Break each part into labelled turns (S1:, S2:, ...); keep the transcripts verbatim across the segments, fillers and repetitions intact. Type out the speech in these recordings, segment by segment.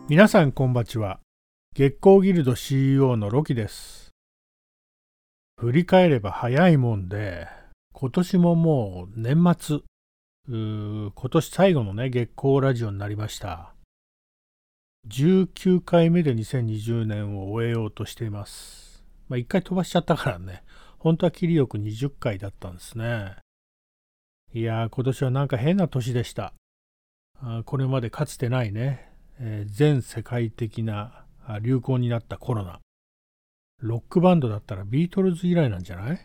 S1: 皆さんこんばちは。月光ギルド シーイーオー のロキです。振り返れば早いもんで、今年ももう年末、うー今年最後のね、月光ラジオになりました。じゅうきゅうかいめでにせんにじゅうねんを終えようとしています。まあいっかい飛ばしちゃったからね、本当は切りよくにじゅっかいだったんですね。いやー、今年はなんか変な年でした。あこれまでかつてないね、えー全世界的なあ流行になったコロナ。ロックバンドだったらビートルズ以来なんじゃない？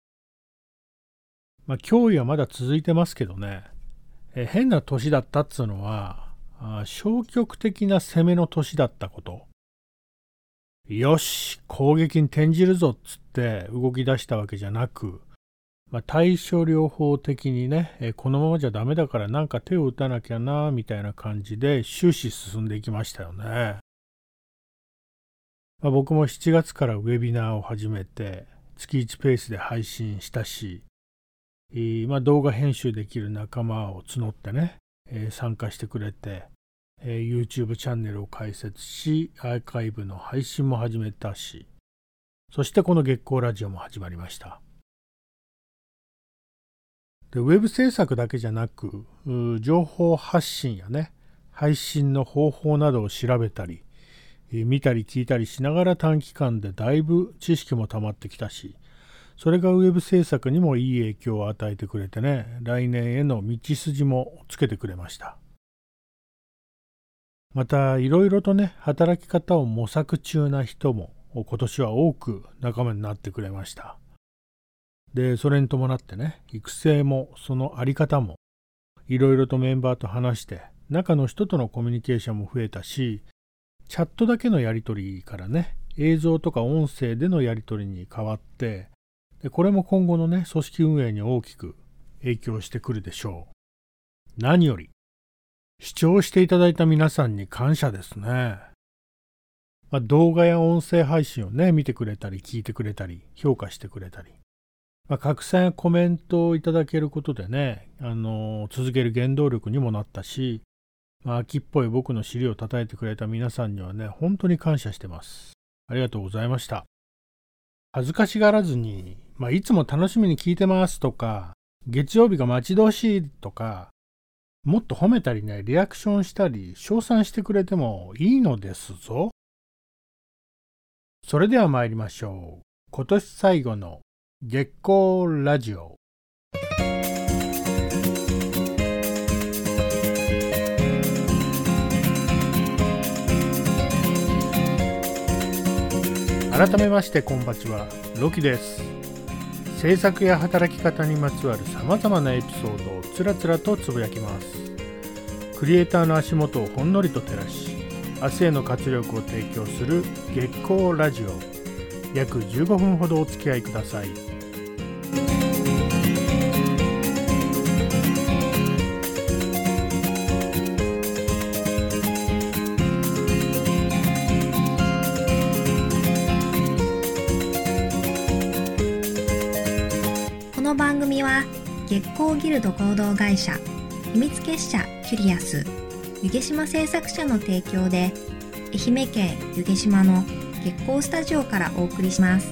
S1: まあ脅威はまだ続いてますけどね、えー変な年だったっつうのはあ消極的な攻めの年だったこと。よし攻撃に転じるぞっつって動き出したわけじゃなく、まあ、対処療法的にね、えーこのままじゃダメだからなんか手を打たなきゃなみたいな感じで終始進んでいきましたよね。まあ、僕もしちがつからウェビナーを始めて月いちペースで配信したし、えーまあ、動画編集できる仲間を募ってね、えー参加してくれて、えー YouTube チャンネルを開設し、アーカイブの配信も始めたし、そしてこの月光ラジオも始まりました。でウェブ制作だけじゃなく、う情報発信やね、配信の方法などを調べたり、えー見たり聞いたりしながら短期間でだいぶ知識も溜まってきたし、それがウェブ制作にもいい影響を与えてくれてね、来年への道筋もつけてくれました。また、いろいろとね、働き方を模索中な人も今年は多く仲間になってくれました。で、それに伴ってね、育成もそのあり方も、いろいろとメンバーと話して、中の人とのコミュニケーションも増えたし、チャットだけのやり取りからね、映像とか音声でのやり取りに変わって、でこれも今後のね、組織運営に大きく影響してくるでしょう。何より、視聴していただいた皆さんに感謝ですね。まあ、動画や音声配信をね、見てくれたり、聞いてくれたり、評価してくれたり、まあ、拡散やコメントをいただけることでね、あのー続ける原動力にもなったし、まあ、秋っぽい僕の尻を叩いてくれた皆さんにはね、本当に感謝してます。ありがとうございました。恥ずかしがらずに、まあ、いつも楽しみに聞いてますとか、月曜日が待ち遠しいとか、もっと褒めたりね、リアクションしたり、称賛してくれてもいいのですぞ。それでは参りましょう。今年最後の月光ラジオ。改めましてこんばちは、ロキです。制作や働き方にまつわるさまざまなエピソードをつらつらとつぶやきます。クリエイターの足元をほんのりと照らし、明日への活力を提供する月光ラジオ。約じゅうごふんほどお付き合いください。
S2: この番組は月光ギルド合同会社秘密結社キュリアス湯気島製作者の提供で愛媛県湯気島の月光スタジオからお送りします。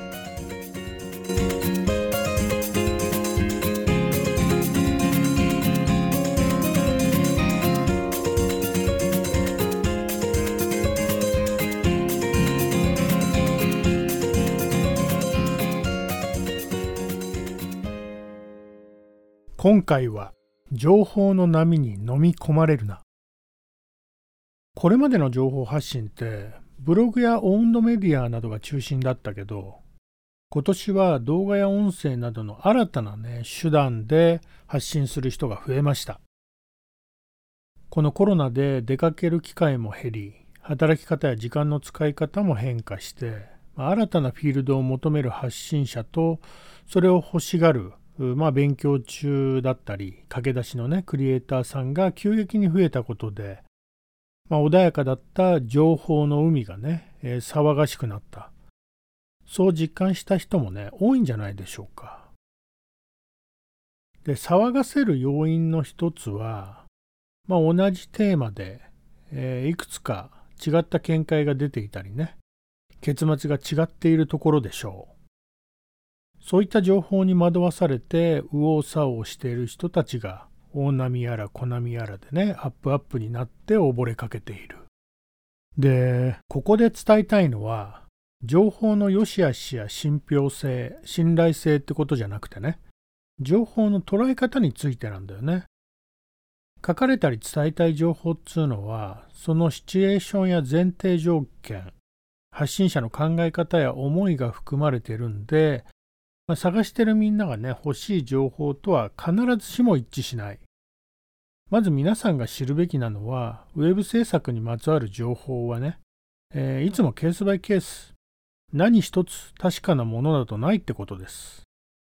S1: 今回は情報の波に飲み込まれるな。これまでの情報発信ってブログやオウンドメディアなどが中心だったけど、今年は動画や音声などの新たなね、手段で発信する人が増えました。このコロナで出かける機会も減り、働き方や時間の使い方も変化して、新たなフィールドを求める発信者と、それを欲しがるまあ、勉強中だったり駆け出しのねクリエイターさんが急激に増えたことで、まあ、穏やかだった情報の海がね、えー、騒がしくなった。そう実感した人もね多いんじゃないでしょうか。で、騒がせる要因の一つは、まあ、同じテーマで、えーいくつか違った見解が出ていたりね、結末が違っているところでしょう。そういった情報に惑わされて右往左往している人たちが大波やら小波やらでね、アップアップになって溺れかけている。で、ここで伝えたいのは、情報の良し悪しや信憑性、信頼性ってことじゃなくてね、情報の捉え方についてなんだよね。書かれたり伝えたい情報っつうのは、そのシチュエーションや前提条件、発信者の考え方や思いが含まれてるんで、まあ、探してるみんながね、欲しい情報とは必ずしも一致しない。まず皆さんが知るべきなのは、ウェブ制作にまつわる情報はね、えーいつもケースバイケース、何一つ確かなものだとないってことです。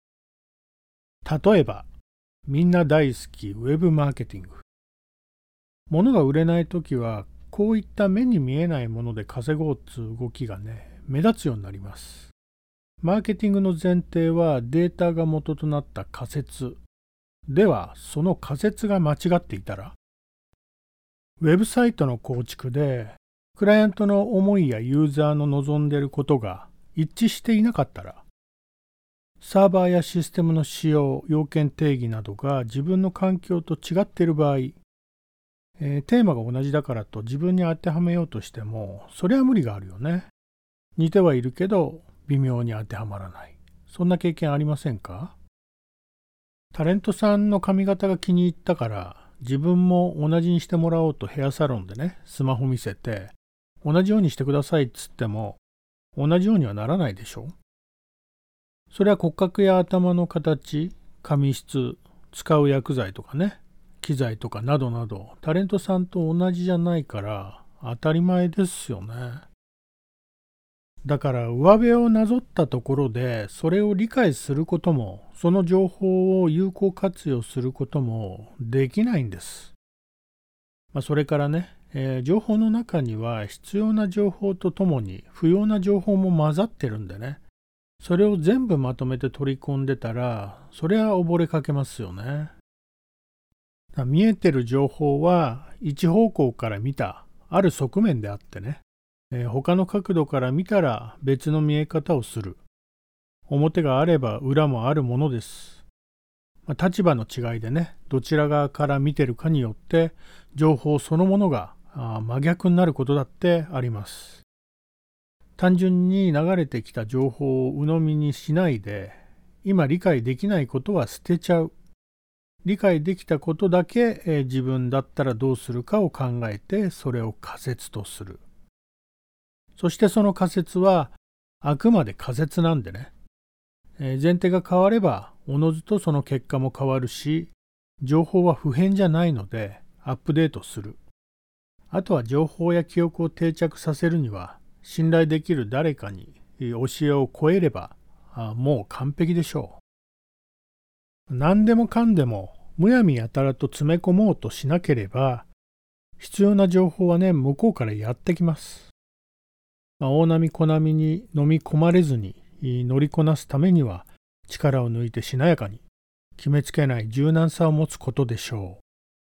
S1: 例えば、みんな大好きウェブマーケティング。物が売れないときは、こういった目に見えないもので稼ごうっつう動きがね、目立つようになります。マーケティングの前提はデータが元となった仮説。では、その仮説が間違っていたら、ウェブサイトの構築で、クライアントの思いやユーザーの望んでいることが一致していなかったら、サーバーやシステムの仕様、要件定義などが自分の環境と違っている場合、えー、テーマが同じだからと自分に当てはめようとしても、それは無理があるよね。似てはいるけど、微妙に当てはまらない。そんな経験ありませんか？タレントさんの髪型が気に入ったから、自分も同じにしてもらおうとヘアサロンでね、スマホ見せて、同じようにしてくださいっつっても、同じようにはならないでしょ？それは骨格や頭の形、髪質、使う薬剤とかね、機材とかなどなど、タレントさんと同じじゃないから当たり前ですよね。だから上辺をなぞったところでそれを理解することも、その情報を有効活用することもできないんです。まあ、それからね、えー、情報の中には必要な情報とともに不要な情報も混ざってるんでね、それを全部まとめて取り込んでたら、それは溺れかけますよね。見えてる情報は一方向から見たある側面であってね、えー、他の角度から見たら別の見え方をする。表があれば裏もあるものです。まあ、立場の違いでね、どちら側から見てるかによって情報そのものが真逆になることだってあります。単純に流れてきた情報を鵜呑みにしないで、今理解できないことは捨てちゃう。理解できたことだけ、えー、自分だったらどうするかを考えて、それを仮説とする。そしてその仮説はあくまで仮説なんでね、えー、前提が変わればおのずとその結果も変わるし、情報は不変じゃないのでアップデートする。あとは情報や記憶を定着させるには、信頼できる誰かに教えを超えればもう完璧でしょう。何でもかんでもむやみやたらと詰め込もうとしなければ、必要な情報はね、向こうからやってきます。まあ、大波小波に飲み込まれずに乗りこなすためには、力を抜いてしなやかに決めつけない柔軟さを持つことでしょう。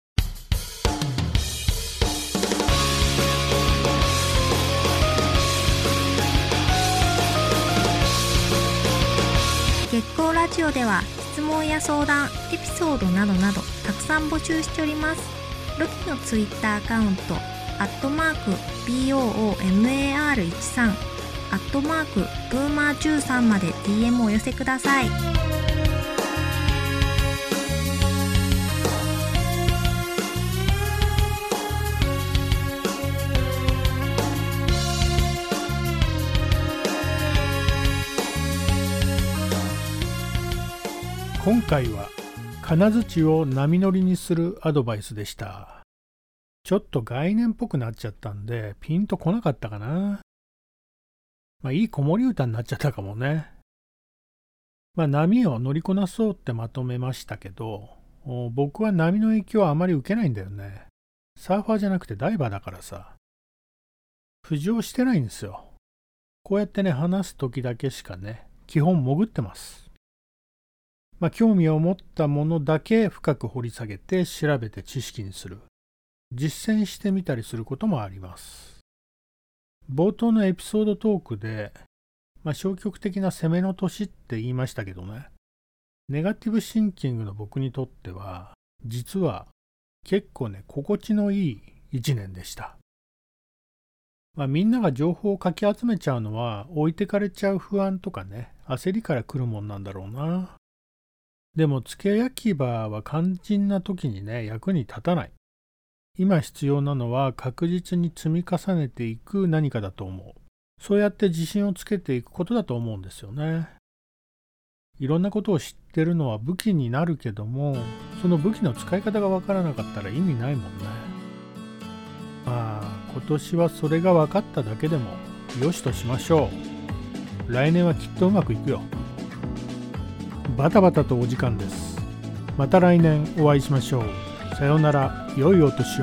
S2: 月光ラジオでは質問や相談、エピソードなどなどたくさん募集しております。ロキのツイッターアカウント、アットマーク ビーオーオーエムエーアールじゅうさん、アットマークブーマーじゅうさんまで ディーエム をお寄せください。
S1: 今回は金槌を波乗りにするアドバイスでした。ちょっと概念っぽくなっちゃったんでピンとこなかったかな。まあいい子守歌になっちゃったかもね。まあ波を乗りこなそうってまとめましたけど、僕は波の影響はあまり受けないんだよね。サーファーじゃなくてダイバーだからさ。浮上してないんですよ。こうやってね、話す時だけしかね、基本潜ってます。まあ、興味を持ったものだけ深く掘り下げて調べて知識にする。実践してみたりすることもあります。 冒頭のエピソードトークで、まあ、消極的な攻めの年って言いましたけどね、ネガティブシンキングの僕にとっては、実は結構ね、心地のいい一年でした。まあ、みんなが情報をかき集めちゃうのは、置いてかれちゃう不安とかね、焦りから来るもんなんだろうな。でも、付け焼き場は肝心な時にね、役に立たない。今必要なのは確実に積み重ねていく何かだと思う。そうやって自信をつけていくことだと思うんですよね。いろんなことを知ってるのは武器になるけども、その武器の使い方がわからなかったら意味ないもんね。まあ、今年はそれが分かっただけでもよしとしましょう。来年はきっとうまくいくよ。バタバタとお時間です。また来年お会いしましょう。さようなら、良いお年を。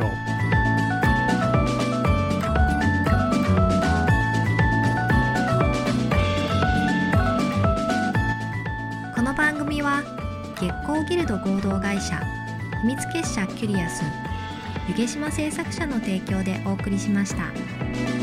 S2: この番組は月光ギルド合同会社秘密結社キュリアス湯毛島製作者の提供でお送りしました。